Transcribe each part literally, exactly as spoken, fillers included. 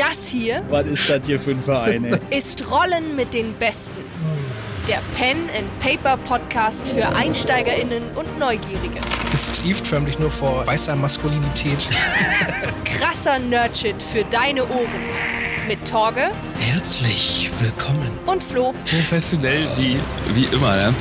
Das hier Was ist das hier für ein Verein, ey? ist Rollen mit den Besten. Der Pen-and-Paper-Podcast für EinsteigerInnen und Neugierige. Es trieft förmlich nur vor weißer Maskulinität. Krasser Nerdshit für deine Ohren. Mit Torge Herzlich willkommen. und Flo. Professionell wie, wie immer, ne?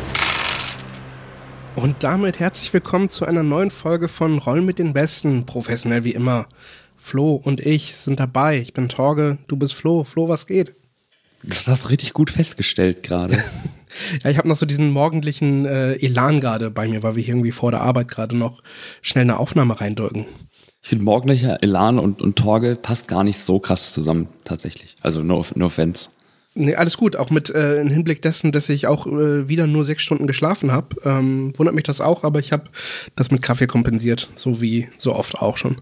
Und damit herzlich willkommen zu einer neuen Folge von Rollen mit den Besten. Professionell wie immer. Flo und ich sind dabei. Ich bin Torge, du bist Flo. Flo, was geht? Das hast du richtig gut festgestellt gerade. Ja, ich habe noch so diesen morgendlichen äh, Elan gerade bei mir, weil wir hier irgendwie vor der Arbeit gerade noch schnell eine Aufnahme reindrücken. Ich finde, morgendlicher Elan und, und Torge passt gar nicht so krass zusammen, tatsächlich. Also no, no offense. Nee, alles gut, auch mit äh, im Hinblick dessen, dass ich auch äh, wieder nur sechs Stunden geschlafen habe. Ähm, wundert mich das auch, aber ich habe das mit Kaffee kompensiert, so wie so oft auch schon.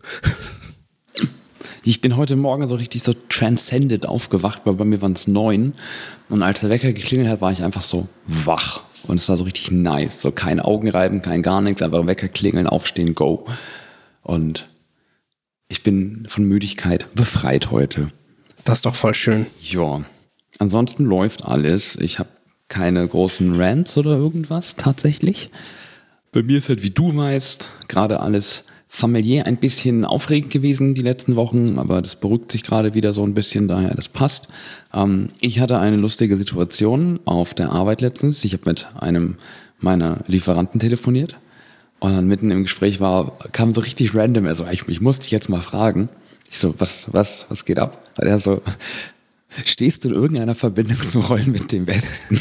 Ich bin heute Morgen so richtig so transcended aufgewacht, weil bei mir waren es neun. Und als der Wecker geklingelt hat, war ich einfach so wach. Und es war so richtig nice. So kein Augenreiben, kein gar nichts, einfach Wecker klingeln, aufstehen, go. Und ich bin von Müdigkeit befreit heute. Das ist doch voll schön. Ja, ansonsten läuft alles. Ich habe keine großen Rants oder irgendwas tatsächlich. Bei mir ist halt, wie du weißt, gerade alles familiär ein bisschen aufregend gewesen die letzten Wochen, aber das beruhigt sich gerade wieder so ein bisschen, daher das passt. Ähm, ich hatte eine lustige Situation auf der Arbeit letztens. Ich habe mit einem meiner Lieferanten telefoniert und dann mitten im Gespräch war, kam so richtig random, also ich, ich musste dich jetzt mal fragen. Ich so, was, was, was geht ab? Weil er so, stehst du in irgendeiner Verbindung zu Rollen mit dem Besten?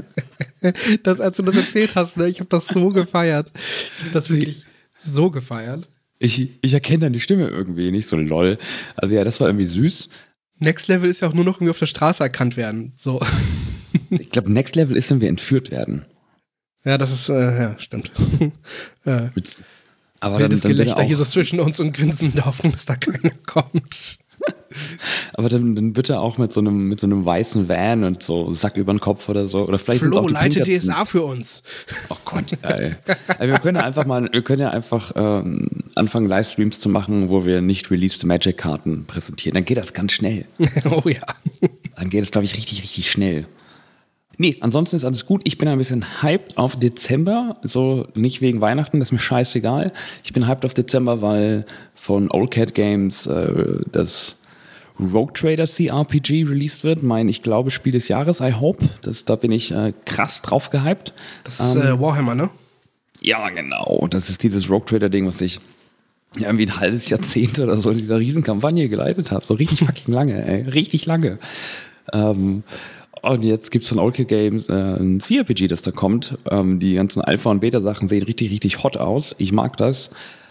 Das, als du das erzählt hast, ne, ich habe das so gefeiert. Ich habe das wirklich so gefeiert. Ich, ich erkenne dann die Stimme irgendwie nicht, so lol. Also ja, das war irgendwie süß. Next Level ist ja auch nur noch irgendwie auf der Straße erkannt werden. So. Ich glaube, Next Level ist, wenn wir entführt werden. Ja, das ist, äh, ja, stimmt. äh, Aber wildes dann, dann Gelächter auch, hier so zwischen uns und Grinsen in der Hoffnung, dass da keiner kommt. Aber dann, dann bitte auch mit so einem mit so einem weißen Van und so Sack über den Kopf oder so. Oder vielleicht Flo, auch die leite Pinker- D S A für uns. Oh Gott, ey. Also wir können ja einfach mal, wir können ja einfach ähm, anfangen, Livestreams zu machen, wo wir nicht released Magic-Karten präsentieren. Dann geht das ganz schnell. Oh ja. Dann geht es, glaube ich, richtig, richtig schnell. Nee, ansonsten ist alles gut. Ich bin ein bisschen hyped auf Dezember. So nicht wegen Weihnachten, das ist mir scheißegal. Ich bin hyped auf Dezember, weil von Old Cat Games äh, das Rogue Trader C R P G released wird. Mein, ich glaube, Spiel des Jahres, I hope. Das, da bin ich äh, krass drauf gehypt. Das ist äh, Warhammer, ne? Ja, genau. Das ist dieses Rogue Trader Ding, was ich ja, irgendwie ein halbes Jahrzehnt oder so in dieser Riesenkampagne geleitet habe. So richtig fucking lange, ey. Richtig lange. Ähm, und jetzt gibt's von Old Cat Games äh, ein C R P G, das da kommt. Ähm, die ganzen Alpha- und Beta-Sachen sehen richtig, richtig hot aus. Ich mag das.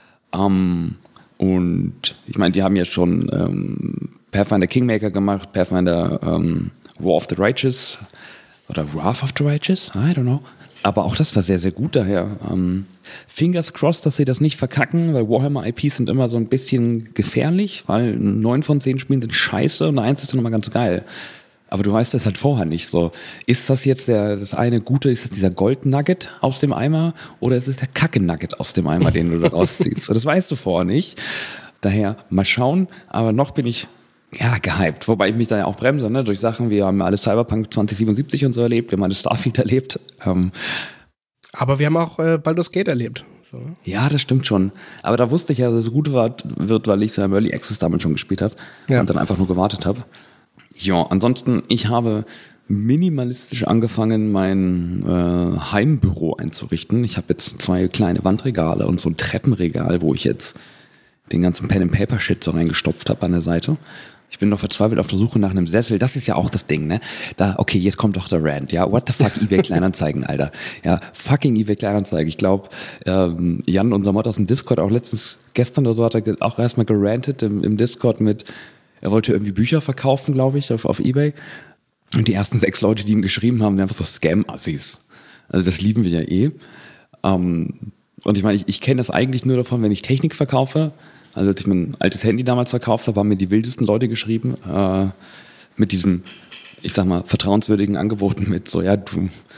Ähm, und ich meine, die haben ja schon ähm, Pathfinder Kingmaker gemacht, Pathfinder ähm, War of the Righteous oder Wrath of the Righteous, I don't know. Aber auch das war sehr, sehr gut daher. Ähm, Fingers crossed, dass sie das nicht verkacken, weil Warhammer I Ps sind immer so ein bisschen gefährlich, weil neun von zehn Spielen sind scheiße und eins ist dann immer ganz geil. Aber du weißt das halt vorher nicht so. Ist das jetzt der, das eine Gute, ist das dieser Gold-Nugget aus dem Eimer oder ist es der Kacke-Nugget aus dem Eimer, den du da rausziehst? So, das weißt du vorher nicht. Daher mal schauen, aber noch bin ich ja gehypt. Wobei ich mich da ja auch bremse, ne? Durch Sachen, wir haben alle Cyberpunk zwanzig siebenundsiebzig und so erlebt, wir haben alle Starfield erlebt. Ähm, Aber wir haben auch äh, Baldur's Gate erlebt. So. ja, das stimmt schon. Aber da wusste ich ja, dass es gut war, wird, weil ich es ja im Early Access damals schon gespielt habe Ja. und dann einfach nur gewartet habe. Ja, ansonsten, ich habe minimalistisch angefangen, mein äh, Heimbüro einzurichten. Ich habe jetzt zwei kleine Wandregale und so ein Treppenregal, wo ich jetzt den ganzen Pen-and-Paper-Shit so reingestopft habe an der Seite. Ich bin noch verzweifelt auf der Suche nach einem Sessel. Das ist ja auch das Ding, ne? Da, okay, jetzt kommt doch der Rant, ja? What the fuck, eBay Kleinanzeigen, Alter. Ja, fucking eBay Kleinanzeigen. Ich glaube, ähm, Jan, unser Mod aus dem Discord, auch letztens, gestern oder so, hat er ge- auch erstmal gerantet im, im Discord mit, er wollte irgendwie Bücher verkaufen, glaube ich, auf, auf eBay. Und die ersten sechs Leute, die ihm geschrieben haben, waren einfach so Scam-Assis. Also das lieben wir ja eh. Ähm, und ich meine, ich, ich kenne das eigentlich nur davon, wenn ich Technik verkaufe. Also als ich mein altes Handy damals verkauft habe, haben mir die wildesten Leute geschrieben, äh, mit diesem, ich sag mal, vertrauenswürdigen Angeboten mit so, ja, du,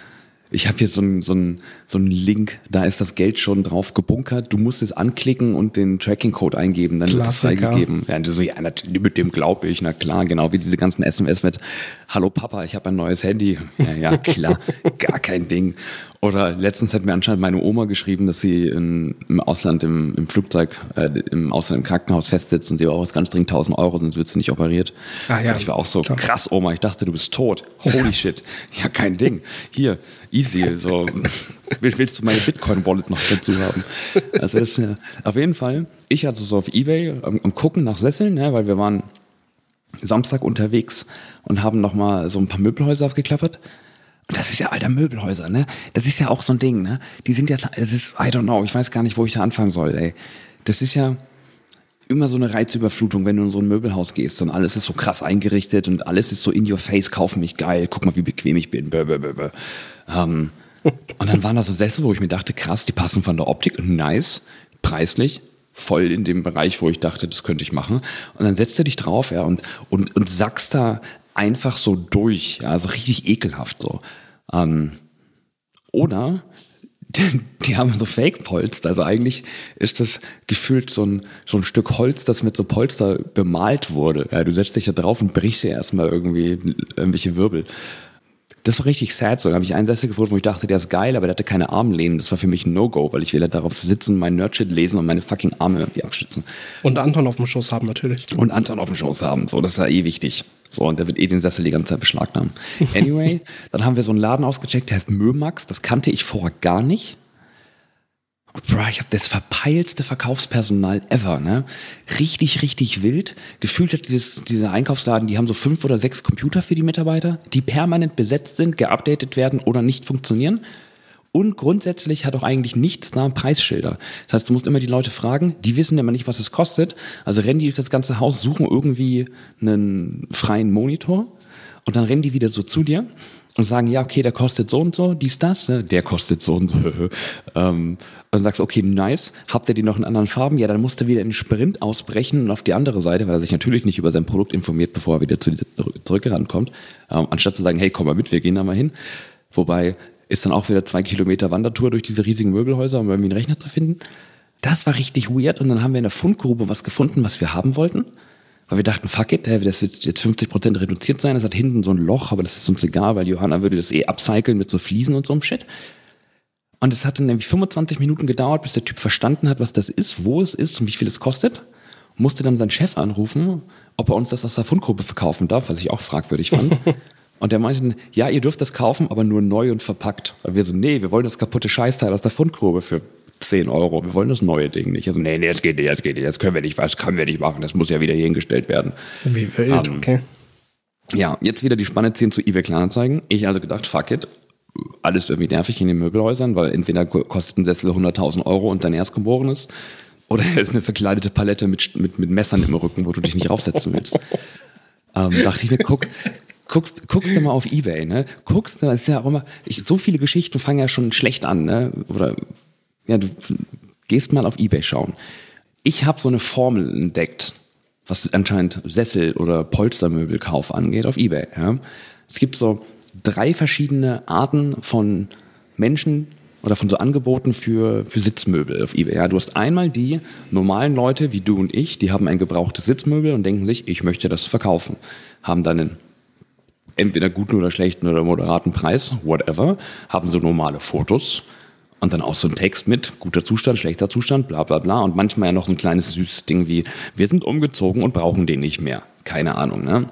ich habe hier so einen so einen, so einen Link, da ist das Geld schon drauf gebunkert. Du musst es anklicken und den Tracking-Code eingeben, dann wird es freigegeben. Ja, und du so, ja, natürlich, mit dem glaube ich, na klar, genau wie diese ganzen S M S mit Hallo Papa, ich habe ein neues Handy. Ja, ja, klar, gar kein Ding. Oder letztens hat mir anscheinend meine Oma geschrieben, dass sie in, im Ausland im, im Flugzeug, äh, im Ausland im Krankenhaus festsitzt und sie braucht ganz dringend tausend Euro, sonst wird sie nicht operiert. Ah, ja. Und ich war auch so, klar. Krass, Oma, ich dachte, du bist tot. Holy shit. Ja, kein Ding. Hier, easy. So, willst du meine Bitcoin-Wallet noch dazu haben? Also das ist ja, auf jeden Fall, ich hatte so auf Ebay am, am Gucken nach Sesseln, ja, weil wir waren Samstag unterwegs und haben nochmal so ein paar Möbelhäuser aufgeklappert. Und das ist ja alter Möbelhäuser, ne? Das ist ja auch so ein Ding, ne? Die sind ja, es ist, I don't know, ich weiß gar nicht, wo ich da anfangen soll, ey. Das ist ja immer so eine Reizüberflutung, wenn du in so ein Möbelhaus gehst und alles ist so krass eingerichtet und alles ist so in your face, kauf mich geil, guck mal, wie bequem ich bin, bäh, bäh, bäh, bäh. Um, und dann waren da so Sessel, wo ich mir dachte, krass, die passen von der Optik, nice, preislich, voll in dem Bereich, wo ich dachte, das könnte ich machen. Und dann setzt du dich drauf, ja, und, und, und sackst da einfach so durch, ja, also richtig ekelhaft so. Ähm, oder die, die haben so Fake-Polster, also eigentlich ist das gefühlt so ein, so ein Stück Holz, das mit so Polster bemalt wurde. Ja, du setzt dich da drauf und brichst dir erstmal irgendwie irgendwelche Wirbel. Das war richtig sad, so. Da habe ich einen Sessel gefunden, wo ich dachte, der ist geil, aber der hatte keine Armlehnen. Das war für mich ein No-Go, weil ich will ja darauf sitzen, mein Nerdshit lesen und meine fucking Arme irgendwie abstützen. Und Anton auf dem Schoß haben natürlich. Und Anton auf dem Schoß haben, so, das ist ja eh wichtig. So, und der wird eh den Sessel die ganze Zeit beschlagnahmen. Anyway, dann haben wir so einen Laden ausgecheckt, der heißt Mömax, das kannte ich vorher gar nicht. Bro, ich habe das verpeiltste Verkaufspersonal ever, ne? Richtig, richtig wild. Gefühlt hat dieses, dieser Einkaufsladen, die haben so fünf oder sechs Computer für die Mitarbeiter, die permanent besetzt sind, geupdatet werden oder nicht funktionieren. Und grundsätzlich hat auch eigentlich nichts da Preisschilder. Das heißt, du musst immer die Leute fragen, die wissen immer nicht, was es kostet. Also rennen die durch das ganze Haus, suchen irgendwie einen freien Monitor und dann rennen die wieder so zu dir und sagen, ja, okay, der kostet so und so, dies, das, ne? Der kostet so und so. ähm, und dann sagst du, okay, nice, habt ihr die noch in anderen Farben? Ja, dann musst du wieder in den Sprint ausbrechen und auf die andere Seite, weil er sich natürlich nicht über sein Produkt informiert, bevor er wieder zu dir zurückgerannt kommt, ähm, anstatt zu sagen, hey, komm mal mit, wir gehen da mal hin. Wobei ist dann auch wieder zwei Kilometer Wandertour durch diese riesigen Möbelhäuser, um irgendwie einen Rechner zu finden. Das war richtig weird und dann haben wir in der Fundgrube was gefunden, was wir haben wollten. Weil wir dachten, fuck it, das wird jetzt fünfzig Prozent reduziert sein, das hat hinten so ein Loch, aber das ist uns egal, weil Johanna würde das eh upcyclen mit so Fliesen und so einem Shit. Und es hat dann irgendwie fünfundzwanzig Minuten gedauert, bis der Typ verstanden hat, was das ist, wo es ist und wie viel es kostet. Musste dann seinen Chef anrufen, ob er uns das aus der Fundgruppe verkaufen darf, was ich auch fragwürdig fand. Und der meinte, ja, ihr dürft das kaufen, aber nur neu und verpackt. Weil wir so, nee, wir wollen das kaputte Scheißteil aus der Fundgrube für zehn Euro. Wir wollen das neue Ding nicht. Also, nee, nee, das geht nicht, das geht nicht, das können wir nicht, das können wir nicht machen, das muss ja wieder hier hingestellt werden. Wie wild, um, okay. Ja, jetzt wieder die Spanne ziehen zu eBay Kleinanzeigen. Ich also gedacht, fuck it, alles irgendwie nervig in den Möbelhäusern, weil entweder kostet ein Sessel hunderttausend Euro und dein Erstgeborenes oder er ist eine verkleidete Palette mit, mit, mit Messern im Rücken, wo du dich nicht raufsetzen willst. ähm, dachte ich mir, guck, Guckst, guckst du mal auf eBay, ne? Guckst du, das ist ja auch immer, ich, so viele Geschichten fangen ja schon schlecht an, ne? Oder, ja, du gehst mal auf eBay schauen. Ich habe so eine Formel entdeckt, was anscheinend Sessel- oder Polstermöbelkauf angeht, auf eBay, ja? Es gibt so drei verschiedene Arten von Menschen oder von so Angeboten für, für Sitzmöbel auf eBay. Ja, du hast einmal die normalen Leute wie du und ich, die haben ein gebrauchtes Sitzmöbel und denken sich, ich möchte das verkaufen. Haben dann einen entweder guten oder schlechten oder moderaten Preis, whatever, haben so normale Fotos und dann auch so ein Text mit guter Zustand, schlechter Zustand, bla bla bla und manchmal ja noch ein kleines süßes Ding wie wir sind umgezogen und brauchen den nicht mehr. Keine Ahnung, ne?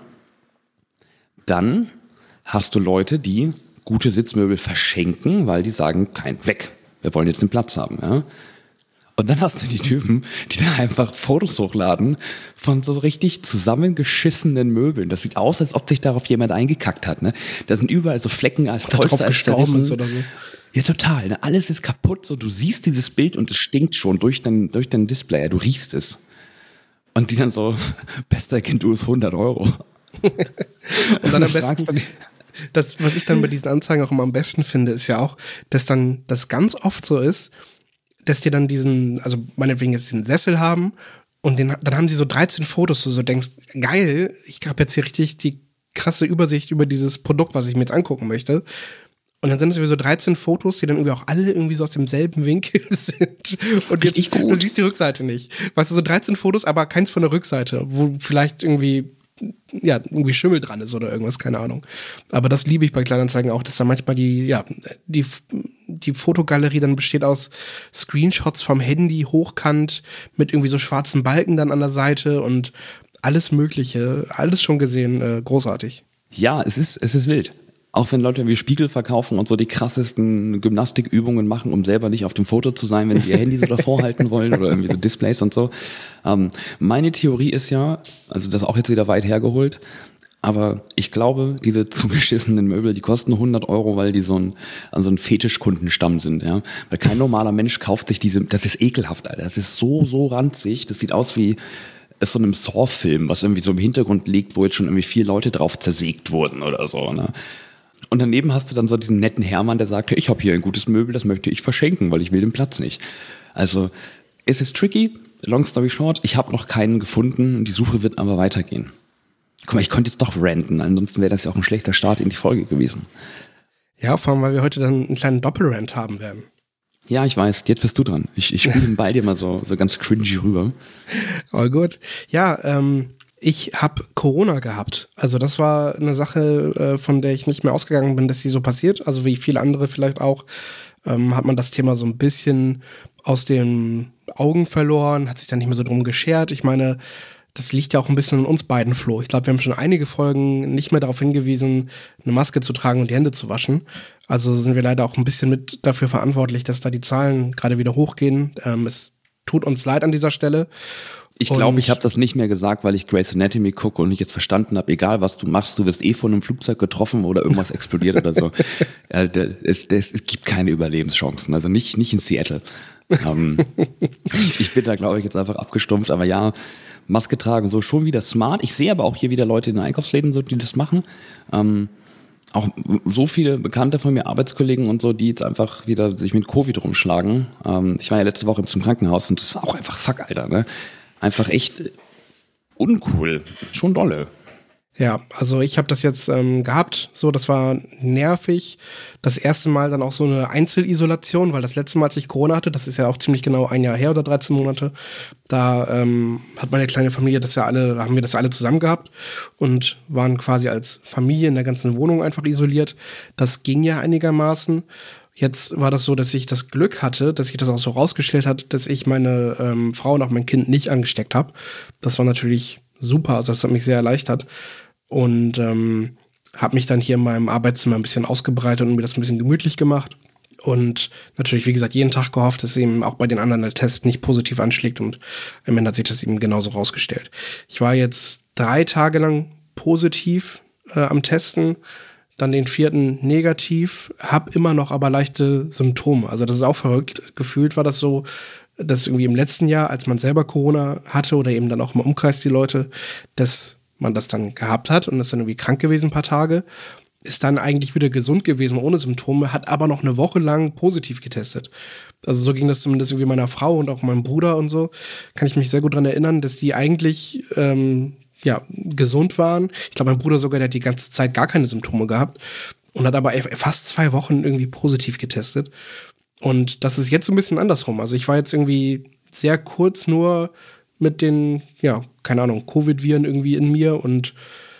Dann hast du Leute, die gute Sitzmöbel verschenken, weil die sagen, kein weg, wir wollen jetzt den Platz haben, ja? Und dann hast du die Typen, die da einfach Fotos hochladen von so richtig zusammengeschissenen Möbeln. Das sieht aus, als ob sich darauf jemand eingekackt hat. Ne? Da sind überall so Flecken als Polster als zerrissen. Ist oder so. Ja, total. Ne? Alles ist kaputt. So, du siehst dieses Bild und es stinkt schon durch dein, durch dein Display. Du riechst es. Und die dann so, bester Kind, du ist hundert Euro. Und dann am besten... Das, was ich dann bei diesen Anzeigen auch immer am besten finde, ist ja auch, dass dann das ganz oft so ist, dass die dann diesen, also meinetwegen jetzt diesen Sessel haben und den, dann haben sie so dreizehn Fotos, wo du so denkst, geil, ich habe jetzt hier richtig die krasse Übersicht über dieses Produkt, was ich mir jetzt angucken möchte. Und dann sind es irgendwie so dreizehn Fotos, die dann irgendwie auch alle irgendwie so aus demselben Winkel sind. Und jetzt, Richtig gut. Du siehst die Rückseite nicht. Weißt du, so dreizehn Fotos, aber keins von der Rückseite, wo vielleicht irgendwie, ja, irgendwie Schimmel dran ist oder irgendwas, keine Ahnung. Aber das liebe ich bei Kleinanzeigen auch, dass da manchmal die, ja, die, die Fotogalerie dann besteht aus Screenshots vom Handy hochkant mit irgendwie so schwarzen Balken dann an der Seite und alles Mögliche, alles schon gesehen, äh, großartig. Ja, es ist, es ist wild. Auch wenn Leute wie Spiegel verkaufen und so die krassesten Gymnastikübungen machen, um selber nicht auf dem Foto zu sein, wenn sie ihr Handy so davor halten wollen oder irgendwie so Displays und so. Ähm, meine Theorie ist ja, also das ist auch jetzt wieder weit hergeholt, aber ich glaube, diese zugeschissenen Möbel, die kosten hundert Euro, weil die so ein, an so ein Fetischkundenstamm sind, ja. Weil kein normaler Mensch kauft sich diese, das ist ekelhaft, Alter. Das ist so, so ranzig. Das sieht aus wie aus so einem Saw-Film, was irgendwie so im Hintergrund liegt, wo jetzt schon irgendwie vier Leute drauf zersägt wurden oder so, ne. Und daneben hast du dann so diesen netten Hermann, der sagt, ich habe hier ein gutes Möbel, das möchte ich verschenken, weil ich will den Platz nicht. Also es ist tricky, long story short, ich habe noch keinen gefunden, die Suche wird aber weitergehen. Guck mal, ich konnte jetzt doch ranten, ansonsten wäre das ja auch ein schlechter Start in die Folge gewesen. Ja, vor allem, weil wir heute dann einen kleinen Doppelrant haben werden. Ja, ich weiß, jetzt bist du dran. Ich, ich spiele den Ball dir mal so, so ganz cringy rüber. Oh gut. Ja, ähm, ich habe Corona gehabt. Also das war eine Sache, äh, von der ich nicht mehr ausgegangen bin, dass sie so passiert. Also wie viele andere vielleicht auch, ähm, hat man das Thema so ein bisschen aus den Augen verloren, hat sich dann nicht mehr so drum geschert. Ich meine, das liegt ja auch ein bisschen an uns beiden, Flo. Ich glaube, wir haben schon einige Folgen nicht mehr darauf hingewiesen, eine Maske zu tragen und die Hände zu waschen. Also sind wir leider auch ein bisschen mit dafür verantwortlich, dass da die Zahlen gerade wieder hochgehen. Ähm, es tut uns leid an dieser Stelle. Ich glaube, ich habe das nicht mehr gesagt, weil ich Grey's Anatomy gucke und ich jetzt verstanden habe, egal was du machst, du wirst eh von einem Flugzeug getroffen oder irgendwas explodiert oder so. Ja, es, es, es gibt keine Überlebenschancen, also nicht, nicht in Seattle. ähm, ich bin da, glaube ich, jetzt einfach abgestumpft, aber ja, Maske tragen, so schon wieder smart. Ich sehe aber auch hier wieder Leute in den Einkaufsläden, so, die das machen. Ähm, auch so viele Bekannte von mir, Arbeitskollegen und so, die jetzt einfach wieder sich mit Covid rumschlagen. Ähm, ich war ja letzte Woche im Krankenhaus und das war auch einfach fuck, Alter, ne? Einfach echt uncool. Schon dolle. Ja, also ich habe das jetzt ähm, gehabt, so, das war nervig. Das erste Mal dann auch so eine Einzelisolation, weil das letzte Mal, als ich Corona hatte, das ist ja auch ziemlich genau ein Jahr her oder dreizehn Monate, da ähm, hat meine kleine Familie das ja alle, haben wir das alle zusammen gehabt und waren quasi als Familie in der ganzen Wohnung einfach isoliert. Das ging ja einigermaßen. Jetzt war das so, dass ich das Glück hatte, dass sich das auch so rausgestellt hat, dass ich meine ähm, Frau und auch mein Kind nicht angesteckt habe. Das war natürlich super, also das hat mich sehr erleichtert. Und ähm, habe mich dann hier in meinem Arbeitszimmer ein bisschen ausgebreitet und mir das ein bisschen gemütlich gemacht. Und natürlich, wie gesagt, jeden Tag gehofft, dass eben auch bei den anderen der Test nicht positiv anschlägt. Und am Ende hat sich das eben genauso rausgestellt. Ich war jetzt drei Tage lang positiv äh, am Testen, dann den vierten negativ, hab immer noch aber leichte Symptome. Also das ist auch verrückt. Gefühlt war das so, dass irgendwie im letzten Jahr, als man selber Corona hatte oder eben dann auch im Umkreis die Leute, dass man das dann gehabt hat und ist dann irgendwie krank gewesen ein paar Tage, ist dann eigentlich wieder gesund gewesen ohne Symptome, hat aber noch eine Woche lang positiv getestet. Also so ging das zumindest irgendwie meiner Frau und auch meinem Bruder und so. Kann ich mich sehr gut dran erinnern, dass die eigentlich ähm, ja gesund waren. Ich glaube, mein Bruder sogar, der hat die ganze Zeit gar keine Symptome gehabt und hat aber fast zwei Wochen irgendwie positiv getestet. Und das ist jetzt so ein bisschen andersrum. Also ich war jetzt irgendwie sehr kurz nur mit den, ja, keine Ahnung, Covid-Viren irgendwie in mir und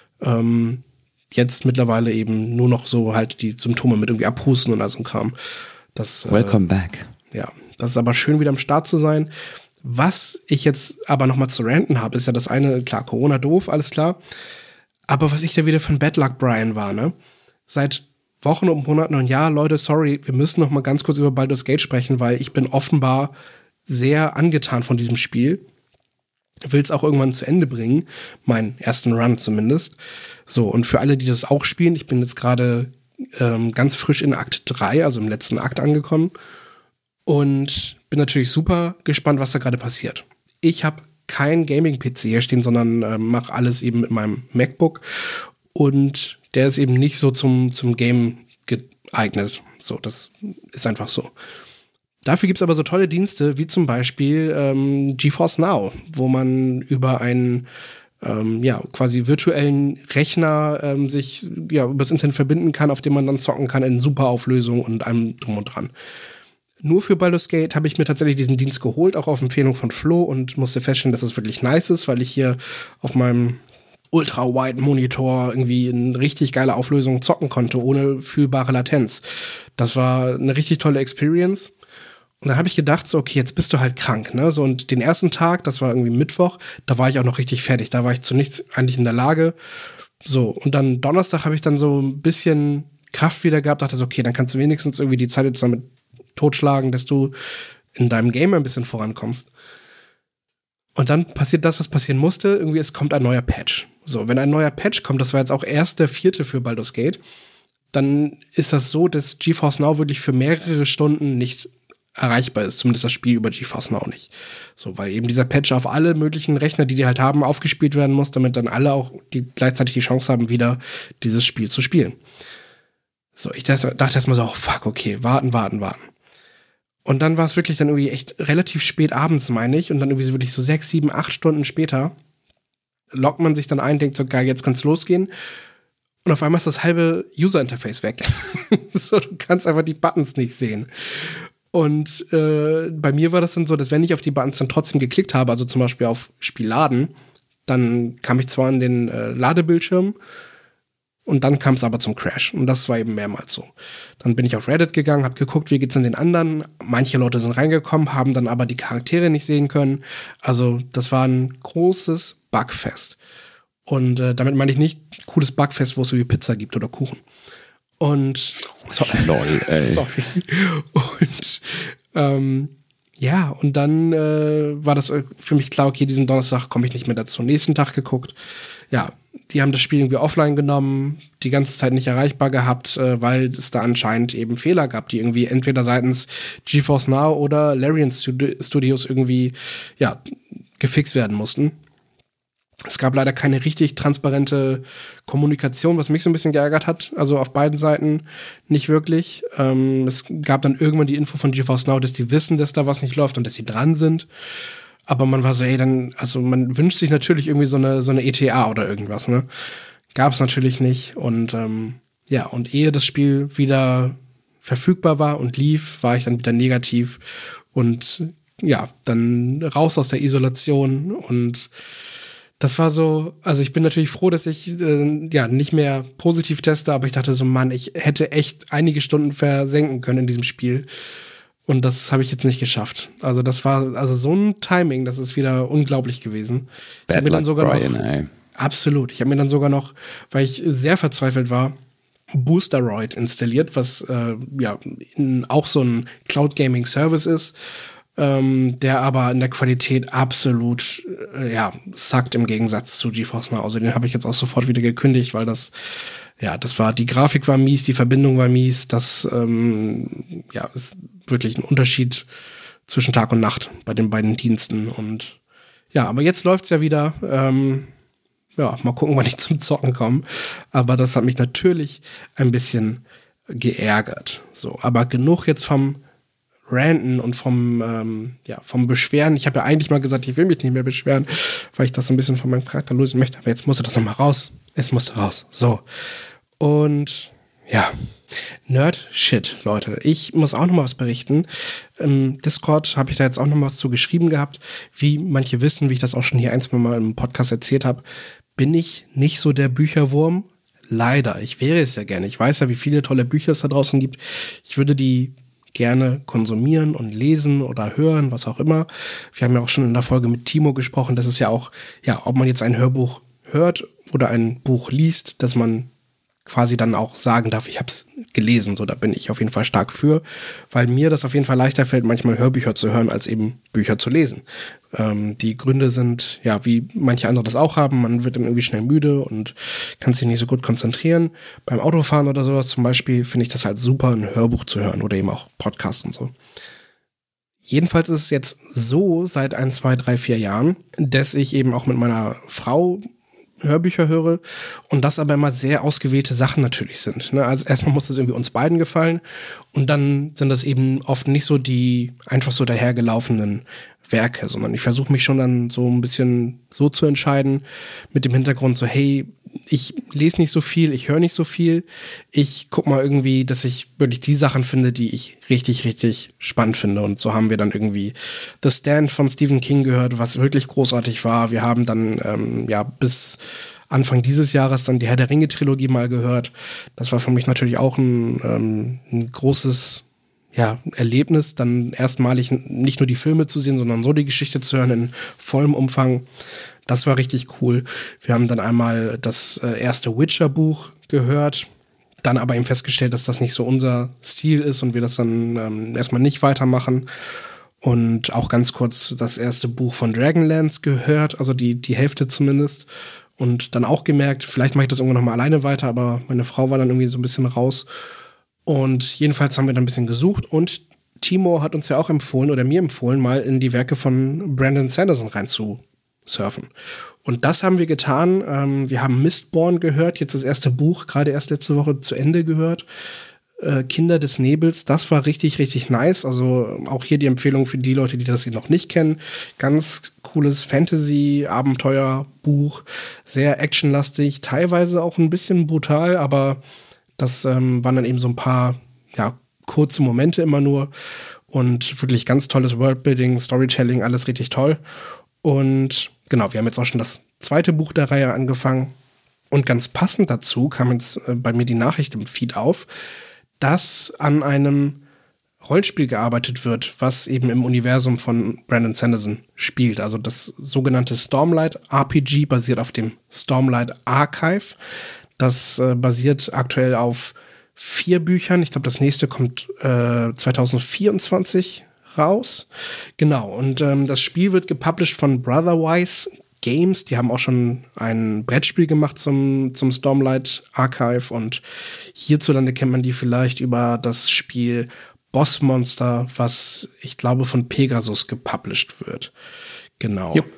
ähm, jetzt mittlerweile eben nur noch so halt die Symptome mit irgendwie Abhusten und all so ein Kram. Das, Welcome äh, back. Ja, das ist aber schön, wieder am Start zu sein. Was ich jetzt aber nochmal zu ranten habe, ist ja das eine, klar, Corona doof, alles klar. Aber was ich da wieder für ein Bad Luck Brian war, ne? Seit Wochen und Monaten und ja, Leute, sorry, wir müssen noch mal ganz kurz über Baldur's Gate sprechen, weil ich bin offenbar sehr angetan von diesem Spiel. Will es auch irgendwann zu Ende bringen, meinen ersten Run zumindest. So, und für alle, die das auch spielen, ich bin jetzt gerade ähm, ganz frisch in Akt drei, also im letzten Akt angekommen und bin natürlich super gespannt, was da gerade passiert. Ich habe kein Gaming-P C hier stehen, sondern äh, mache alles eben mit meinem MacBook und der ist eben nicht so zum, zum Game geeignet. So, das ist einfach so. Dafür gibt's aber so tolle Dienste, wie zum Beispiel ähm, GeForce Now, wo man über ein ähm, ja, quasi virtuellen Rechner ähm, sich ja übers Internet verbinden kann, auf dem man dann zocken kann in super Auflösung und allem drum und dran. Nur für Baldur's Gate habe ich mir tatsächlich diesen Dienst geholt, auch auf Empfehlung von Flo, und musste feststellen, dass es wirklich nice ist, weil ich hier auf meinem Ultra-Wide-Monitor irgendwie in richtig geile Auflösung zocken konnte, ohne fühlbare Latenz. Das war eine richtig tolle Experience. Und dann habe ich gedacht, so, okay, jetzt bist du halt krank, ne? So, und den ersten Tag, das war irgendwie Mittwoch, da war ich auch noch richtig fertig. Da war ich zu nichts eigentlich in der Lage. So, und dann Donnerstag habe ich dann so ein bisschen Kraft wieder gehabt, dachte so, okay, dann kannst du wenigstens irgendwie die Zeit jetzt damit totschlagen, dass du in deinem Game ein bisschen vorankommst. Und dann passiert das, was passieren musste. Irgendwie, es kommt ein neuer Patch. So, wenn ein neuer Patch kommt, das war jetzt auch erst der vierte für Baldur's Gate, dann ist das so, dass GeForce Now wirklich für mehrere Stunden nicht erreichbar ist, zumindest das Spiel über GeForce Now nicht. So, weil eben dieser Patch auf alle möglichen Rechner, die die halt haben, aufgespielt werden muss, damit dann alle auch die gleichzeitig die Chance haben, wieder dieses Spiel zu spielen. So, ich dachte, dachte erstmal so, oh fuck, okay, warten, warten, warten. Und dann war es wirklich dann irgendwie echt relativ spät abends, meine ich, und dann irgendwie so wirklich so sechs, sieben, acht Stunden später loggt man sich dann ein, denkt so, geil, jetzt kann's losgehen. Und auf einmal ist das halbe User-Interface weg. So, du kannst einfach die Buttons nicht sehen. Und äh, bei mir war das dann so, dass wenn ich auf die Buttons dann trotzdem geklickt habe, also zum Beispiel auf Spiel laden, dann kam ich zwar an den äh, Ladebildschirm, und dann kam es aber zum Crash. Und das war eben mehrmals so. Dann bin ich auf Reddit gegangen, habe geguckt, wie geht's denn den anderen. Manche Leute sind reingekommen, haben dann aber die Charaktere nicht sehen können. Also das war ein großes Bugfest. Und äh, damit meine ich nicht cooles Bugfest, wo es so wie Pizza gibt oder Kuchen. Und so, Lol, ey. Sorry. Und ähm, ja, und dann äh, war das für mich klar, okay, diesen Donnerstag komme ich nicht mehr dazu. Nächsten Tag geguckt. Ja, die haben das Spiel irgendwie offline genommen, die ganze Zeit nicht erreichbar gehabt, äh, weil es da anscheinend eben Fehler gab, die irgendwie entweder seitens GeForce Now oder Larian Studi- Studios irgendwie, ja, gefixt werden mussten. Es gab leider keine richtig transparente Kommunikation, was mich so ein bisschen geärgert hat. Also auf beiden Seiten nicht wirklich. Ähm, es gab dann irgendwann die Info von GeForce Now, dass die wissen, dass da was nicht läuft und dass sie dran sind. Aber man war so, ey, dann, also man wünscht sich natürlich irgendwie so eine so eine E T A oder irgendwas, ne? Gab es natürlich nicht. Und ähm, ja, und ehe das Spiel wieder verfügbar war und lief, war ich dann wieder negativ. Und ja, dann raus aus der Isolation. Und das war so, also ich bin natürlich froh, dass ich äh, ja nicht mehr positiv teste, aber ich dachte so, Mann, ich hätte echt einige Stunden versenken können in diesem Spiel. Und das habe ich jetzt nicht geschafft. Also das war also so ein Timing, das ist wieder unglaublich gewesen. Ich habe mir dann sogar Brian, noch, ey. Absolut. Ich habe mir dann sogar noch, weil ich sehr verzweifelt war, Boosteroid installiert, was äh, ja in, auch so ein Cloud Gaming Service ist, ähm, der aber in der Qualität absolut äh, ja sackt im Gegensatz zu GeForce Now. Also den habe ich jetzt auch sofort wieder gekündigt, weil das ja, das war, die Grafik war mies, die Verbindung war mies, das, ähm, ja, ist wirklich ein Unterschied zwischen Tag und Nacht bei den beiden Diensten. Und ja, aber jetzt läuft's ja wieder. Ähm, ja, mal gucken, wann ich zum Zocken komme. Aber das hat mich natürlich ein bisschen geärgert. So, aber genug jetzt vom Ranten und vom, ähm, ja, vom Beschweren. Ich habe ja eigentlich mal gesagt, ich will mich nicht mehr beschweren, weil ich das so ein bisschen von meinem Charakter lösen möchte. Aber jetzt musste das nochmal raus. Es musste raus. So. Und ja, Nerd-Shit, Leute. Ich muss auch noch mal was berichten. Im Discord habe ich da jetzt auch noch mal was zu geschrieben gehabt. Wie manche wissen, wie ich das auch schon hier ein, zwei Mal im Podcast erzählt habe, bin ich nicht so der Bücherwurm. Leider. Ich wäre es ja gerne. Ich weiß ja, wie viele tolle Bücher es da draußen gibt. Ich würde die gerne konsumieren und lesen oder hören, was auch immer. Wir haben ja auch schon in der Folge mit Timo gesprochen. Das ist ja auch, ja, ob man jetzt ein Hörbuch hört oder ein Buch liest, dass man quasi dann auch sagen darf, ich habe es gelesen. So, da bin ich auf jeden Fall stark für, weil mir das auf jeden Fall leichter fällt, manchmal Hörbücher zu hören, als eben Bücher zu lesen. Ähm, die Gründe sind, ja, wie manche andere das auch haben, man wird dann irgendwie schnell müde und kann sich nicht so gut konzentrieren. Beim Autofahren oder sowas zum Beispiel finde ich das halt super, ein Hörbuch zu hören oder eben auch Podcasts und so. Jedenfalls ist es jetzt so seit ein, zwei, drei, vier Jahren, dass ich eben auch mit meiner Frau Hörbücher höre und das aber immer sehr ausgewählte Sachen natürlich sind. Ne? Also erstmal muss es irgendwie uns beiden gefallen und dann sind das eben oft nicht so die einfach so dahergelaufenen Werke, sondern ich versuche mich schon dann so ein bisschen so zu entscheiden mit dem Hintergrund so, hey, ich lese nicht so viel, ich höre nicht so viel, ich guck mal irgendwie, dass ich wirklich die Sachen finde, die ich richtig, richtig spannend finde und so haben wir dann irgendwie The Stand von Stephen King gehört, was wirklich großartig war. Wir haben dann ähm, ja bis Anfang dieses Jahres dann die Herr der Ringe-Trilogie mal gehört. Das war für mich natürlich auch ein, ähm, ein großes ja, Erlebnis, dann erstmalig nicht nur die Filme zu sehen, sondern so die Geschichte zu hören in vollem Umfang. Das war richtig cool. Wir haben dann einmal das äh, erste Witcher-Buch gehört, dann aber eben festgestellt, dass das nicht so unser Stil ist und wir das dann ähm, erstmal nicht weitermachen. Und auch ganz kurz das erste Buch von Dragonlance gehört, also die, die Hälfte zumindest. Und dann auch gemerkt, vielleicht mache ich das irgendwann nochmal alleine weiter, aber meine Frau war dann irgendwie so ein bisschen raus. Und jedenfalls haben wir dann ein bisschen gesucht und Timo hat uns ja auch empfohlen oder mir empfohlen, mal in die Werke von Brandon Sanderson reinzusurfen. Und das haben wir getan. Ähm, wir haben Mistborn gehört, jetzt das erste Buch, gerade erst letzte Woche zu Ende gehört. Äh, Kinder des Nebels, das war richtig, richtig nice. Also auch hier die Empfehlung für die Leute, die das noch nicht kennen. Ganz cooles Fantasy-Abenteuerbuch, sehr actionlastig, teilweise auch ein bisschen brutal, aber das ähm, waren dann eben so ein paar, ja, kurze Momente immer nur und wirklich ganz tolles Worldbuilding, Storytelling, alles richtig toll. Und genau, wir haben jetzt auch schon das zweite Buch der Reihe angefangen und ganz passend dazu kam jetzt äh, bei mir die Nachricht im Feed auf, dass an einem Rollenspiel gearbeitet wird, was eben im Universum von Brandon Sanderson spielt. Also das sogenannte Stormlight R P G basiert auf dem Stormlight Archive. Das äh, basiert aktuell auf vier Büchern. Ich glaube, das nächste kommt äh, zwanzig vierundzwanzig raus. Genau, und ähm, das Spiel wird gepublished von Brotherwise Games. Die haben auch schon ein Brettspiel gemacht zum, zum Stormlight Archive und hierzulande kennt man die vielleicht über das Spiel Boss Monster, was ich glaube von Pegasus gepublished wird. Genau. Yep.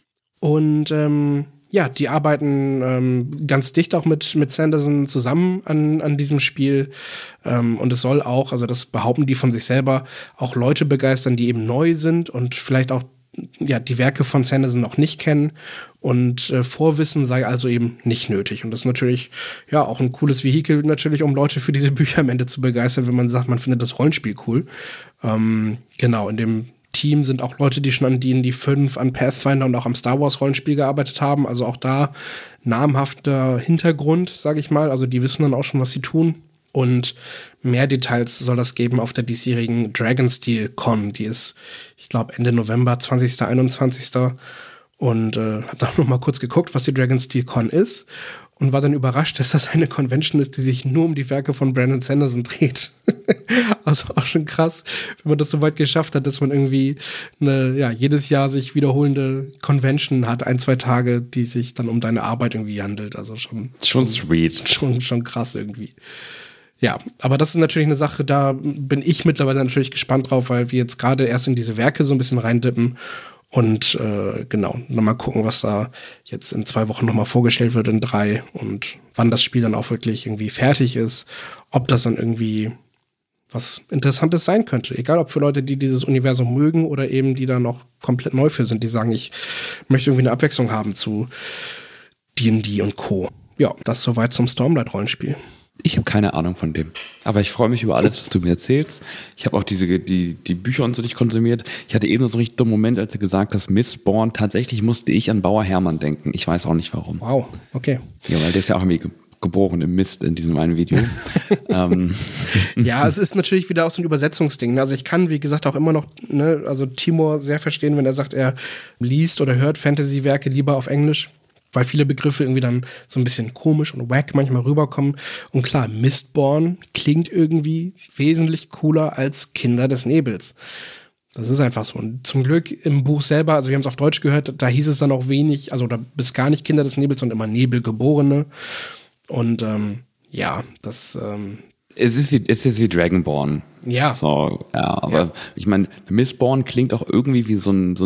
Und ähm, ja, die arbeiten ähm, ganz dicht auch mit, mit Sanderson zusammen an, an diesem Spiel. Ähm, und es soll auch, also das behaupten die von sich selber, auch Leute begeistern, die eben neu sind und vielleicht auch ja die Werke von Sanderson noch nicht kennen. Und äh, Vorwissen sei also eben nicht nötig. Und das ist natürlich ja auch ein cooles Vehikel natürlich, um Leute für diese Bücher am Ende zu begeistern, wenn man sagt, man findet das Rollenspiel cool. Ähm, genau, in dem Team sind auch Leute, die schon an D und D fünf, an Pathfinder und auch am Star Wars Rollenspiel gearbeitet haben. Also auch da namhafter Hintergrund, sage ich mal. Also die wissen dann auch schon, was sie tun. Und mehr Details soll das geben auf der diesjährigen Dragonsteel Con. Die ist, ich glaube, Ende November, zwanzigster, einundzwanzigster Und äh, habe da noch mal kurz geguckt, was die Dragonsteel Con ist. Und war dann überrascht, dass das eine Convention ist, die sich nur um die Werke von Brandon Sanderson dreht. Also auch schon krass, wenn man das so weit geschafft hat, dass man irgendwie eine, ja, jedes Jahr sich wiederholende Convention hat, ein, zwei Tage, die sich dann um deine Arbeit irgendwie handelt. Also schon, schon sweet. Schon, schon krass irgendwie. Ja, aber das ist natürlich eine Sache, da bin ich mittlerweile natürlich gespannt drauf, weil wir jetzt gerade erst in diese Werke so ein bisschen reindippen. Und äh, genau, nochmal gucken, was da jetzt in zwei Wochen nochmal vorgestellt wird, in drei. Und wann das Spiel dann auch wirklich irgendwie fertig ist. Ob das dann irgendwie was Interessantes sein könnte. Egal, ob für Leute, die dieses Universum mögen oder eben die da noch komplett neu für sind, die sagen, ich möchte irgendwie eine Abwechslung haben zu D und D und Co. Ja, das soweit zum Stormlight-Rollenspiel. Ich habe keine Ahnung von dem. Aber ich freue mich über alles, was du mir erzählst. Ich habe auch diese die die Bücher und so nicht konsumiert. Ich hatte eben so einen richtig dummen Moment, als du gesagt hast, Mistborn. Tatsächlich musste ich an Bauer Hermann denken. Ich weiß auch nicht warum. Wow, okay. Ja, weil der ist ja auch irgendwie ge- geboren im Mist in diesem einen Video. ähm. Ja, es ist natürlich wieder auch so ein Übersetzungsding. Also ich kann, wie gesagt, auch immer noch, ne, also Timur sehr verstehen, wenn er sagt, er liest oder hört Fantasy-Werke lieber auf Englisch, weil viele Begriffe irgendwie dann so ein bisschen komisch und wack manchmal rüberkommen. Und klar, Mistborn klingt irgendwie wesentlich cooler als Kinder des Nebels. Das ist einfach so. Und zum Glück im Buch selber, also wir haben es auf Deutsch gehört, da hieß es dann auch wenig, also da bis gar nicht Kinder des Nebels, sondern immer Nebelgeborene. Und ähm, ja, das ähm, Es ist wie, es ist wie Dragonborn. Ja. So, ja, aber ja. Ich meine, Mistborn klingt auch irgendwie wie so ein, so ein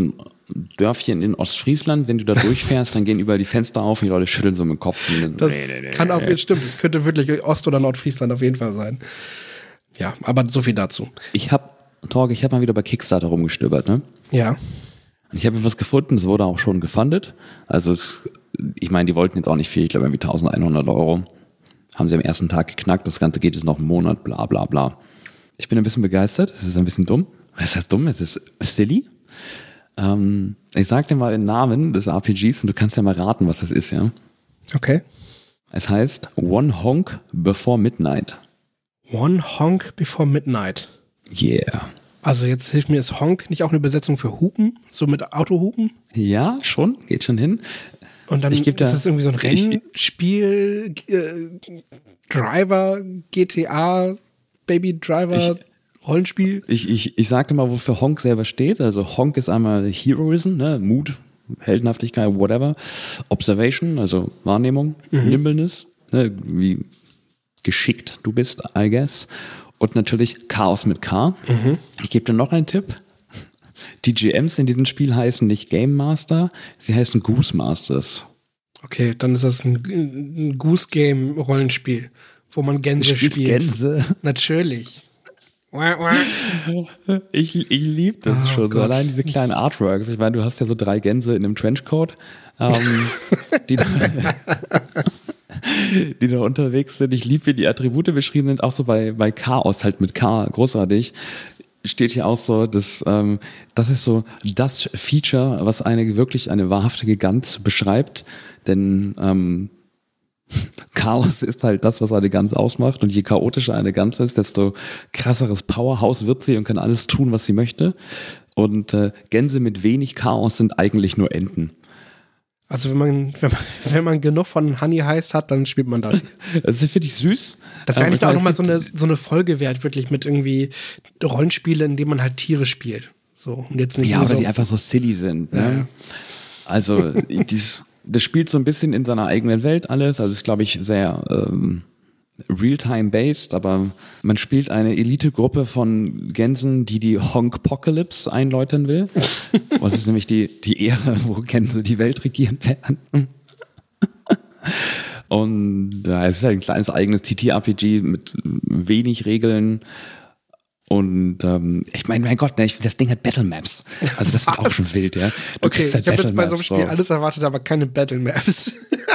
Dörfchen in Ostfriesland, wenn du da durchfährst, dann gehen überall die Fenster auf und die Leute schütteln so mit dem Kopf. Das nee, nee, nee, kann auf jeden Fall stimmen. Das könnte wirklich Ost- oder Nordfriesland auf jeden Fall sein. Ja, aber so viel dazu. Ich habe, Torge, ich habe mal wieder bei Kickstarter rumgestöbert, ne? Ja. Ich habe etwas gefunden, es wurde auch schon gefundet. Also es, ich meine, die wollten jetzt auch nicht viel, ich glaube irgendwie eintausendeinhundert Euro. Haben sie am ersten Tag geknackt, das Ganze geht jetzt noch einen Monat, bla bla bla. Ich bin ein bisschen begeistert, es ist ein bisschen dumm. Was heißt dumm? Es ist silly. Ähm, ich sag dir mal den Namen des R P Gs und du kannst ja mal raten, was das ist, ja? Okay. Es heißt One Honk Before Midnight. One Honk Before Midnight. Yeah. Also jetzt hilft mir, ist Honk nicht auch eine Übersetzung für Hupen? So mit Autohupen? Ja, schon, geht schon hin. Und dann ich ist da, es irgendwie so ein Rennspiel, äh, Driver, G T A, Baby Driver, ich, Rollenspiel. Ich, ich, ich sagte mal, wofür Honk selber steht. Also Honk ist einmal Heroism, ne, Mut, Heldenhaftigkeit, whatever. Observation, also Wahrnehmung, mhm. Nimbleness, ne, wie geschickt du bist, I guess. Und natürlich Chaos mit K. Mhm. Ich gebe dir noch einen Tipp. Die G Ms in diesem Spiel heißen nicht Game Master, sie heißen Goose Masters. Okay, dann ist das ein, ein Goose Game Rollenspiel, wo man Gänse spielt. Gänse? Natürlich. Ich, ich liebe das oh schon. So allein diese kleinen Artworks. Ich meine, du hast ja so drei Gänse in einem Trenchcoat, ähm, die, da, die da unterwegs sind. Ich liebe, wie die Attribute beschrieben sind, auch so bei, bei Chaos, halt mit K, großartig. Steht hier auch so, dass, ähm, das ist so das Feature, was eine wirklich eine wahrhaftige Gans beschreibt. Denn ähm, Chaos ist halt das, was eine Gans ausmacht. Und je chaotischer eine Gans ist, desto krasseres Powerhouse wird sie und kann alles tun, was sie möchte. Und äh, Gänse mit wenig Chaos sind eigentlich nur Enten. Also wenn man, wenn man, wenn man genug von Honey Heist hat, dann spielt man das. Das finde ich süß. Das wäre eigentlich auch nochmal so eine, so eine Folge wert, wirklich mit irgendwie Rollenspiele, in denen man halt Tiere spielt. So, und jetzt nicht ja, nur oder so die einfach so silly sind. Ne? Ja. Also dies, das spielt so ein bisschen in seiner eigenen Welt alles. Also ist, glaube ich, sehr ähm, real-time-based, aber man spielt eine Elite-Gruppe von Gänsen, die die Honkpocalypse einläutern will. Was ist nämlich die, die Ära, wo Gänse die Welt regieren werden. Und äh, es ist halt ein kleines eigenes T T R P G mit wenig Regeln. Und ähm, ich meine, mein Gott, ne, ich, das Ding hat Battle Maps. Also das ist auch schon wild, ja. Du okay, halt ich habe jetzt bei so einem Spiel so. alles erwartet, aber keine Battle Maps.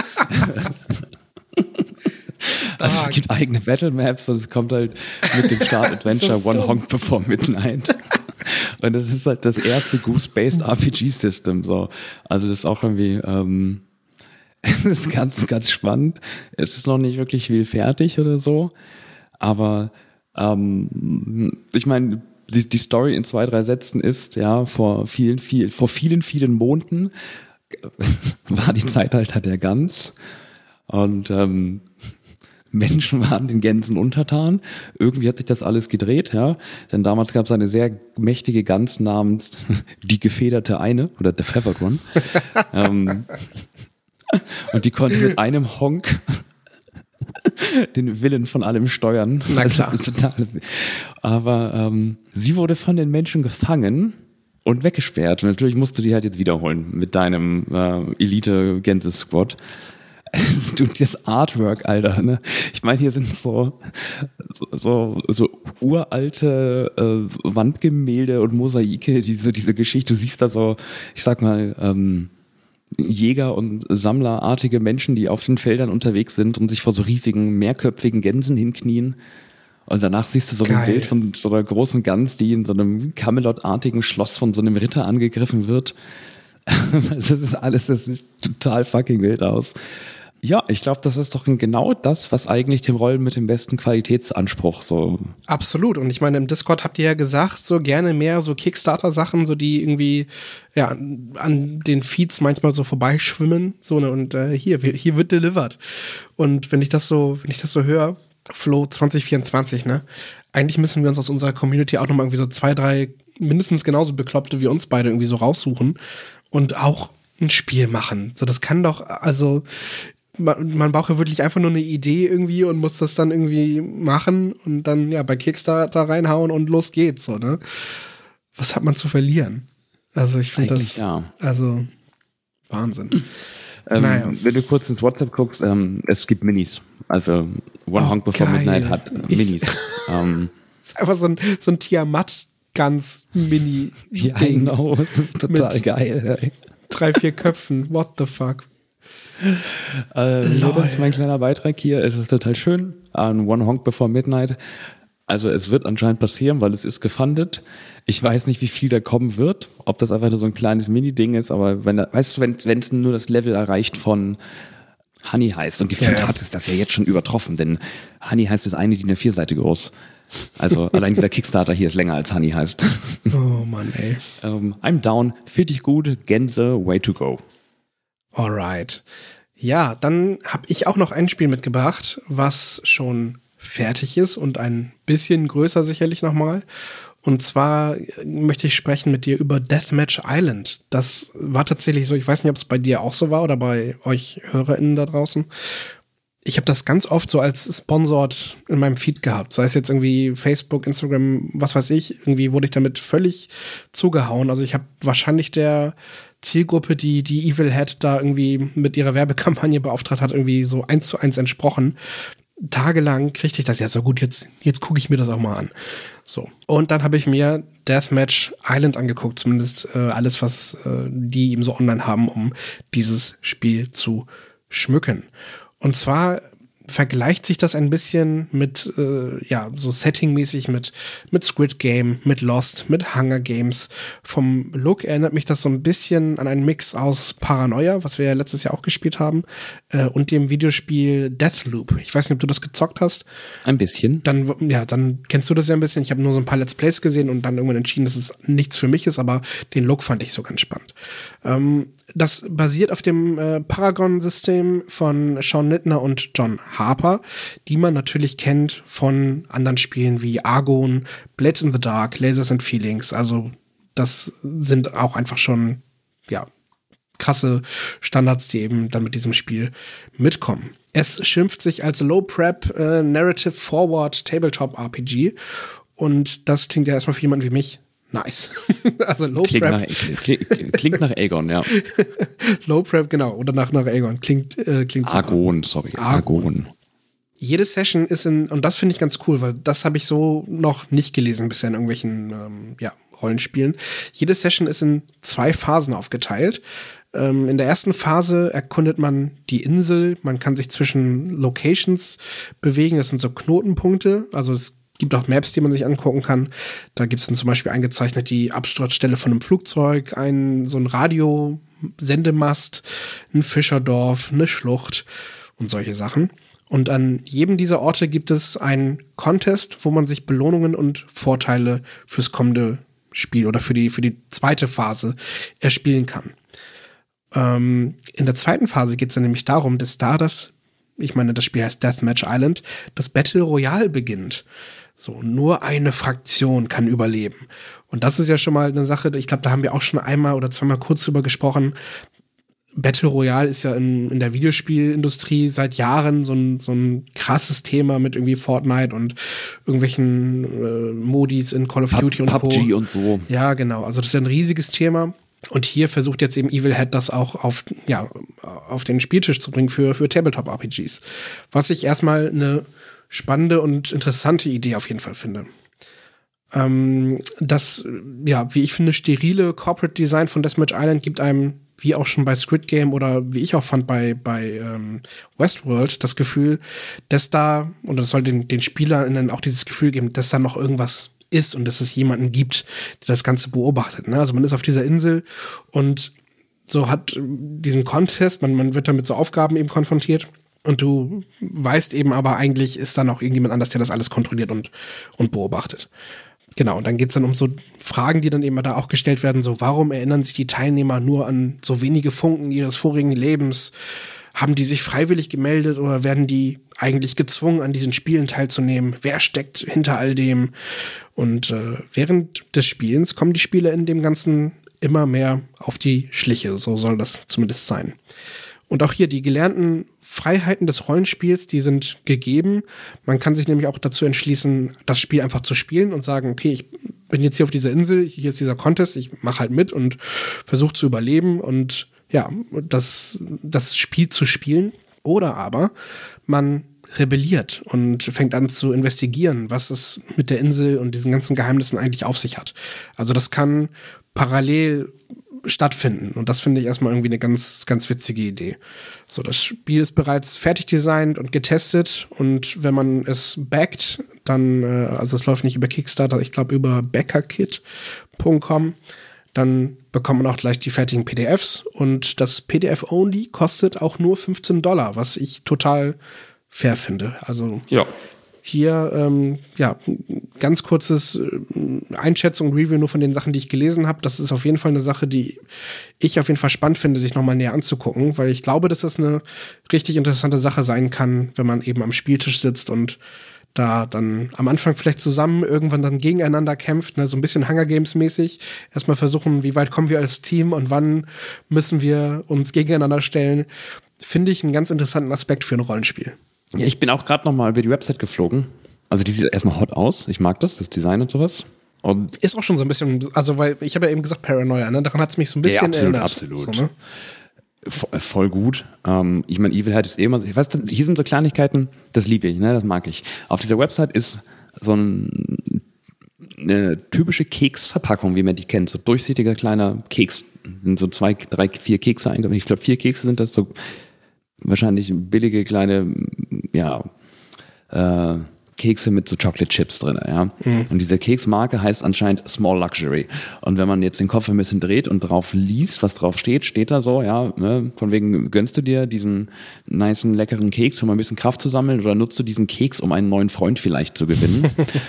Also es gibt eigene Battle Maps und es kommt halt mit dem Start Adventure so One Honk Before Midnight. Und das ist halt das erste Goose-based R P G-System. So. Also das ist auch irgendwie, ähm, es ist ganz, ganz spannend. Es ist noch nicht wirklich viel fertig oder so. Aber ähm, ich meine, die, die Story in zwei, drei Sätzen ist, ja, vor vielen, vielen, vor vielen, vielen Monaten war die Zeitalter der Gans. Und ähm, Menschen waren den Gänsen untertan. Irgendwie hat sich das alles gedreht, ja. Denn damals gab es eine sehr mächtige Gans namens die gefederte Eine oder The Feathered One. ähm, und die konnte mit einem Honk den Willen von allem steuern. Na klar. Also total, aber ähm, sie wurde von den Menschen gefangen und weggesperrt. Und natürlich musst du die halt jetzt wiederholen mit deinem äh, Elite-Gänse-Squad. Du, das Artwork, Alter, ne? Ich meine, hier sind so, so, so uralte äh, Wandgemälde und Mosaike, diese, diese Geschichte. Du siehst da so, ich sag mal, ähm, Jäger- und Sammlerartige Menschen, die auf den Feldern unterwegs sind und sich vor so riesigen, mehrköpfigen Gänsen hinknien. Und danach siehst du so Geil. ein Bild von so einer großen Gans, die in so einem Camelot-artigen Schloss von so einem Ritter angegriffen wird. Das ist alles, das sieht total fucking wild aus. Ja, ich glaube, das ist doch genau das, was eigentlich dem Rollen mit dem besten Qualitätsanspruch so. Absolut. Und ich meine, im Discord habt ihr ja gesagt, so gerne mehr so Kickstarter-Sachen, so die irgendwie ja an den Feeds manchmal so vorbeischwimmen. So, ne, und äh, hier, hier wird delivered. Und wenn ich das so, wenn ich das so höre, Flo zwanzig vierundzwanzig, ne? Eigentlich müssen wir uns aus unserer Community auch nochmal irgendwie so zwei, drei mindestens genauso Bekloppte wie uns beide irgendwie so raussuchen und auch ein Spiel machen. So, das kann doch, also man, man braucht ja wirklich einfach nur eine Idee irgendwie und muss das dann irgendwie machen und dann ja bei Kickstarter reinhauen und los geht's, so, ne? Was hat man zu verlieren? Also ich finde das, ja. also Wahnsinn. Ähm, naja. Wenn du kurz ins WhatsApp guckst, ähm, es gibt Minis. Also One oh, Honk Before geil. Midnight hat äh, Minis. ähm, das ist einfach so ein, so ein Tiamat ganz mini ja, genau, das ist total geil. Ey. Drei, vier Köpfen, what the fuck. Äh, so, das ist mein kleiner Beitrag hier. Es ist total schön. An One Honk Before Midnight. Also es wird anscheinend passieren, weil es ist gefundet. Ich weiß nicht, wie viel da kommen wird. Ob das einfach nur so ein kleines Mini-Ding ist, aber wenn, weißt du, wenn es nur das Level erreicht von Honey Heist und gefühlt ja, ja. hat es das ja jetzt schon übertroffen, denn Honey Heist ist eine, die eine Vierseite groß. Also allein dieser Kickstarter hier ist länger als Honey Heist. Oh Mann, ey. um, I'm down, finde ich gut, Gänse, way to go. Alright. Ja, dann habe ich auch noch ein Spiel mitgebracht, was schon fertig ist und ein bisschen größer sicherlich nochmal. Und zwar möchte ich sprechen mit dir über Deathmatch Island. Das war tatsächlich so, ich weiß nicht, ob es bei dir auch so war oder bei euch HörerInnen da draußen. Ich habe das ganz oft so als sponsored in meinem Feed gehabt. Sei es jetzt irgendwie Facebook, Instagram, was weiß ich. Irgendwie wurde ich damit völlig zugehauen. Also ich habe wahrscheinlich der Zielgruppe, die die Evil Head da irgendwie mit ihrer Werbekampagne beauftragt hat, irgendwie so eins zu eins entsprochen. Tagelang kriegte ich das ja so gut, jetzt, jetzt gucke ich mir das auch mal an. So. Und dann habe ich mir Deathmatch Island angeguckt, zumindest äh, alles, was äh, die eben so online haben, um dieses Spiel zu schmücken. Und zwar vergleicht sich das ein bisschen mit, äh, ja, so settingmäßig mit, mit Squid Game, mit Lost, mit Hunger Games. Vom Look erinnert mich das so ein bisschen an einen Mix aus Paranoia, was wir ja letztes Jahr auch gespielt haben, äh, und dem Videospiel Deathloop. Ich weiß nicht, ob du das gezockt hast. Ein bisschen. Dann, ja, dann kennst du das ja ein bisschen. Ich habe nur so ein paar Let's Plays gesehen und dann irgendwann entschieden, dass es nichts für mich ist, aber den Look fand ich so ganz spannend. Ähm, das basiert auf dem äh, Paragon-System von Sean Littner und John Harper, die man natürlich kennt von anderen Spielen wie Argon, Blades in the Dark, Lasers and Feelings. Also das sind auch einfach schon, ja, krasse Standards, die eben dann mit diesem Spiel mitkommen. Es schimpft sich als Low-Prep äh, Narrative Forward Tabletop R P G und das klingt ja erstmal für jemanden wie mich nice. Also Low klingt Prep. Nach, klingt, klingt nach Aegon, ja. Low Prep, genau. Oder nach, nach Aegon. Klingt, äh, klingt super. Argon, sorry. Argon. Argon. Jede Session ist in, und das finde ich ganz cool, weil das habe ich so noch nicht gelesen bisher in irgendwelchen ähm, ja, Rollenspielen. Jede Session ist in zwei Phasen aufgeteilt. Ähm, in der ersten Phase erkundet man die Insel. Man kann sich zwischen Locations bewegen. Das sind so Knotenpunkte. Also es gibt auch Maps, die man sich angucken kann. Da gibt es dann zum Beispiel eingezeichnet die Absturzstelle von einem Flugzeug, ein, so ein Radiosendemast, ein Fischerdorf, eine Schlucht und solche Sachen. Und an jedem dieser Orte gibt es einen Contest, wo man sich Belohnungen und Vorteile fürs kommende Spiel oder für die, für die zweite Phase erspielen kann. Ähm, in der zweiten Phase geht es dann nämlich darum, dass da das, ich meine, das Spiel heißt Deathmatch Island, das Battle Royale beginnt. So, nur eine Fraktion kann überleben. Und das ist ja schon mal eine Sache, ich glaube, da haben wir auch schon einmal oder zweimal kurz drüber gesprochen. Battle Royale ist ja in, in der Videospielindustrie seit Jahren so ein, so ein krasses Thema mit irgendwie Fortnite und irgendwelchen äh, Modis in Call of Duty und P U B G Co. und so. Ja, genau. Also das ist ja ein riesiges Thema. Und hier versucht jetzt eben Evil Head das auch auf, ja, auf den Spieltisch zu bringen für, für Tabletop-R P Gs. Was ich erstmal eine spannende und interessante Idee auf jeden Fall finde. Ähm, das, ja, wie ich finde, sterile Corporate Design von Deathmatch Island gibt einem, wie auch schon bei Squid Game oder wie ich auch fand bei, bei ähm, Westworld, das Gefühl, dass da, und das soll den, den SpielerInnen auch dieses Gefühl geben, dass da noch irgendwas ist und dass es jemanden gibt, der das Ganze beobachtet. Ne? Also man ist auf dieser Insel und so hat diesen Contest, man, man wird damit so Aufgaben eben konfrontiert. Und du weißt eben aber, eigentlich ist da noch irgendjemand anders, der das alles kontrolliert und, und beobachtet. Genau, und dann geht's dann um so Fragen, die dann eben da auch gestellt werden, so warum erinnern sich die Teilnehmer nur an so wenige Funken ihres vorigen Lebens? Haben die sich freiwillig gemeldet oder werden die eigentlich gezwungen, an diesen Spielen teilzunehmen? Wer steckt hinter all dem? Und äh, während des Spielens kommen die Spieler in dem Ganzen immer mehr auf die Schliche, so soll das zumindest sein. Und auch hier die gelernten Freiheiten des Rollenspiels, die sind gegeben. Man kann sich nämlich auch dazu entschließen, das Spiel einfach zu spielen und sagen, okay, ich bin jetzt hier auf dieser Insel, hier ist dieser Contest, ich mache halt mit und versuche zu überleben und ja, das, das Spiel zu spielen. Oder aber man rebelliert und fängt an zu investigieren, was es mit der Insel und diesen ganzen Geheimnissen eigentlich auf sich hat. Also das kann parallel stattfinden und das finde ich erstmal irgendwie eine ganz, ganz witzige Idee. So, das Spiel ist bereits fertig designt und getestet und wenn man es backt, dann, äh, also es läuft nicht über Kickstarter, ich glaube über backerkit punkt com, dann bekommt man auch gleich die fertigen P D Fs und das P D F-Only kostet auch nur fünfzehn Dollar, was ich total fair finde. Also ja. Hier, ähm, ja, ganz kurzes äh, Einschätzung, Review nur von den Sachen, die ich gelesen habe. Das ist auf jeden Fall eine Sache, die ich auf jeden Fall spannend finde, sich nochmal näher anzugucken, weil ich glaube, dass das eine richtig interessante Sache sein kann, wenn man eben am Spieltisch sitzt und da dann am Anfang vielleicht zusammen, irgendwann dann gegeneinander kämpft, ne, so ein bisschen Hunger Games mäßig. Erstmal versuchen, wie weit kommen wir als Team und wann müssen wir uns gegeneinander stellen. Finde ich einen ganz interessanten Aspekt für ein Rollenspiel. Ja, ich bin auch gerade noch mal über die Website geflogen. Also die sieht erstmal hot aus. Ich mag das, das Design und sowas. Und ist auch schon so ein bisschen, also weil ich habe ja eben gesagt Paranoia, ne? Daran hat es mich so ein bisschen ja, absolut, erinnert. Absolut, so, ne? Voll gut. Ähm, ich meine, Evil Hat ist eh immer, weißt du, hier sind so Kleinigkeiten, das liebe ich, ne? Das mag ich. Auf dieser Website ist so ein, eine typische Keksverpackung, wie man die kennt. So durchsichtiger kleiner Keks. Sind so zwei, drei, vier Kekse eingebaut. Ich glaube, vier Kekse sind das, so wahrscheinlich billige kleine, ja, äh, Kekse mit so Chocolate Chips drin, ja. Mhm. Und diese Keksmarke heißt anscheinend Small Luxury. Und wenn man jetzt den Kopf ein bisschen dreht und drauf liest, was drauf steht, steht da so, ja, ne, von wegen gönnst du dir diesen nicen, leckeren Keks, um ein bisschen Kraft zu sammeln, oder nutzt du diesen Keks, um einen neuen Freund vielleicht zu gewinnen?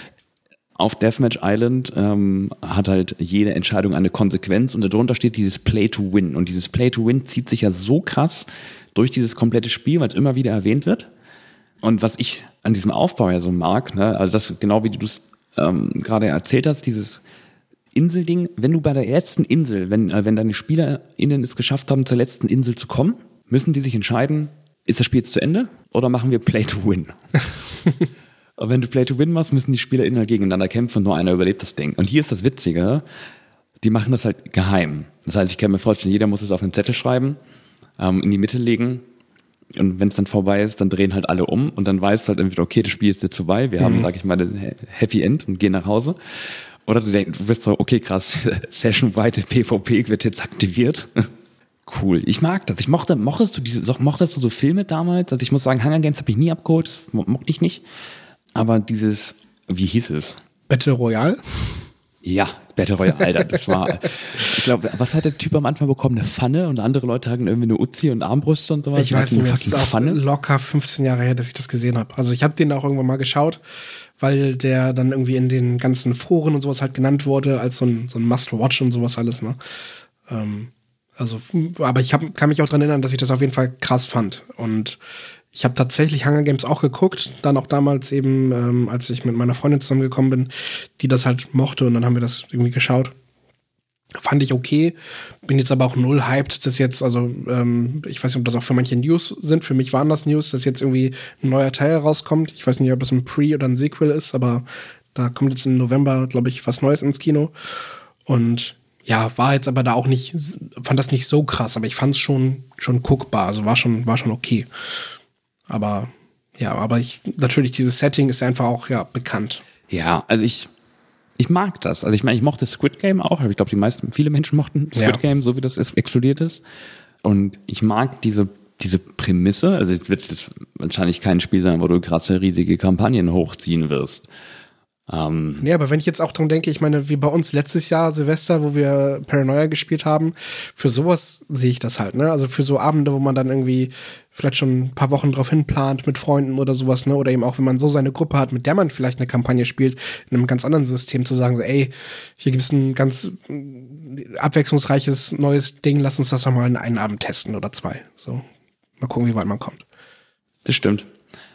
Auf Deathmatch Island ähm, hat halt jede Entscheidung eine Konsequenz und darunter steht dieses Play to Win. Und dieses Play to Win zieht sich ja so krass durch dieses komplette Spiel, weil es immer wieder erwähnt wird. Und was ich an diesem Aufbau ja so mag, ne, also das genau wie du es ähm, gerade erzählt hast, dieses Inselding, wenn du bei der ersten Insel, wenn, äh, wenn deine SpielerInnen es geschafft haben, zur letzten Insel zu kommen, müssen die sich entscheiden, ist das Spiel jetzt zu Ende oder machen wir Play to Win? Und wenn du Play to Win machst, müssen die SpielerInnen halt gegeneinander kämpfen und nur einer überlebt das Ding. Und hier ist das Witzige, die machen das halt geheim. Das heißt, ich kann mir vorstellen, jeder muss es auf einen Zettel schreiben, ähm, in die Mitte legen. Und wenn es dann vorbei ist, dann drehen halt alle um und dann weißt du halt entweder, okay, das Spiel ist jetzt vorbei, wir mhm. haben, sag ich mal, den Happy End und gehen nach Hause. Oder du denkst, du wirst so, okay, krass, sessionweite PvP wird jetzt aktiviert. Cool. Ich mag das. Ich mochte, mochtest du diese, mochtest du so Filme damals? Also ich muss sagen, Hunger Games habe ich nie abgeholt, das mochte ich nicht. Aber dieses, wie hieß es? Battle Royale? Ja, Battle Royale, Alter, das war, ich glaube, was hat der Typ am Anfang bekommen? Eine Pfanne und andere Leute hatten irgendwie eine Uzi und Armbrüste und sowas. Ich weiß nicht, es ist auch locker fünfzehn Jahre her, dass ich das gesehen habe. Also ich habe den auch irgendwann mal geschaut, weil der dann irgendwie in den ganzen Foren und sowas halt genannt wurde als so ein, so ein Must-Watch und sowas alles, ne? Ähm, also, aber ich hab, kann mich auch dran erinnern, dass ich das auf jeden Fall krass fand. Und ich habe tatsächlich Hunger Games auch geguckt, dann auch damals eben, ähm, als ich mit meiner Freundin zusammengekommen bin, die das halt mochte und dann haben wir das irgendwie geschaut. Fand ich okay, bin jetzt aber auch null hyped, dass jetzt, also ähm, ich weiß nicht, ob das auch für manche News sind, für mich waren das News, dass jetzt irgendwie ein neuer Teil rauskommt. Ich weiß nicht, ob das ein Pre- oder ein Sequel ist, aber da kommt jetzt im November, glaube ich, was Neues ins Kino. Und ja, war jetzt aber da auch nicht, fand das nicht so krass, aber ich fand es schon, schon guckbar, also war schon, war schon okay. Aber ja, aber ich natürlich, dieses Setting ist einfach auch ja bekannt. Ja, also ich ich mag das. Also ich meine, ich mochte Squid Game auch, aber ich glaube, die meisten, viele Menschen mochten Squid ja. Game, so wie das ist, explodiert ist. Und ich mag diese diese Prämisse. Also es wird das wahrscheinlich kein Spiel sein, wo du krasse riesige Kampagnen hochziehen wirst. Ähm, ja, aber wenn ich jetzt auch dran denke, ich meine, wie bei uns letztes Jahr Silvester, wo wir Paranoia gespielt haben, für sowas sehe ich das halt, ne? Also für so Abende, wo man dann irgendwie vielleicht schon ein paar Wochen drauf hinplant mit Freunden oder sowas, ne? Oder eben auch, wenn man so seine Gruppe hat, mit der man vielleicht eine Kampagne spielt, in einem ganz anderen System zu sagen, so, ey, hier gibt's ein ganz abwechslungsreiches neues Ding, lass uns das doch mal in einen Abend testen oder zwei. So, mal gucken, wie weit man kommt. Das stimmt.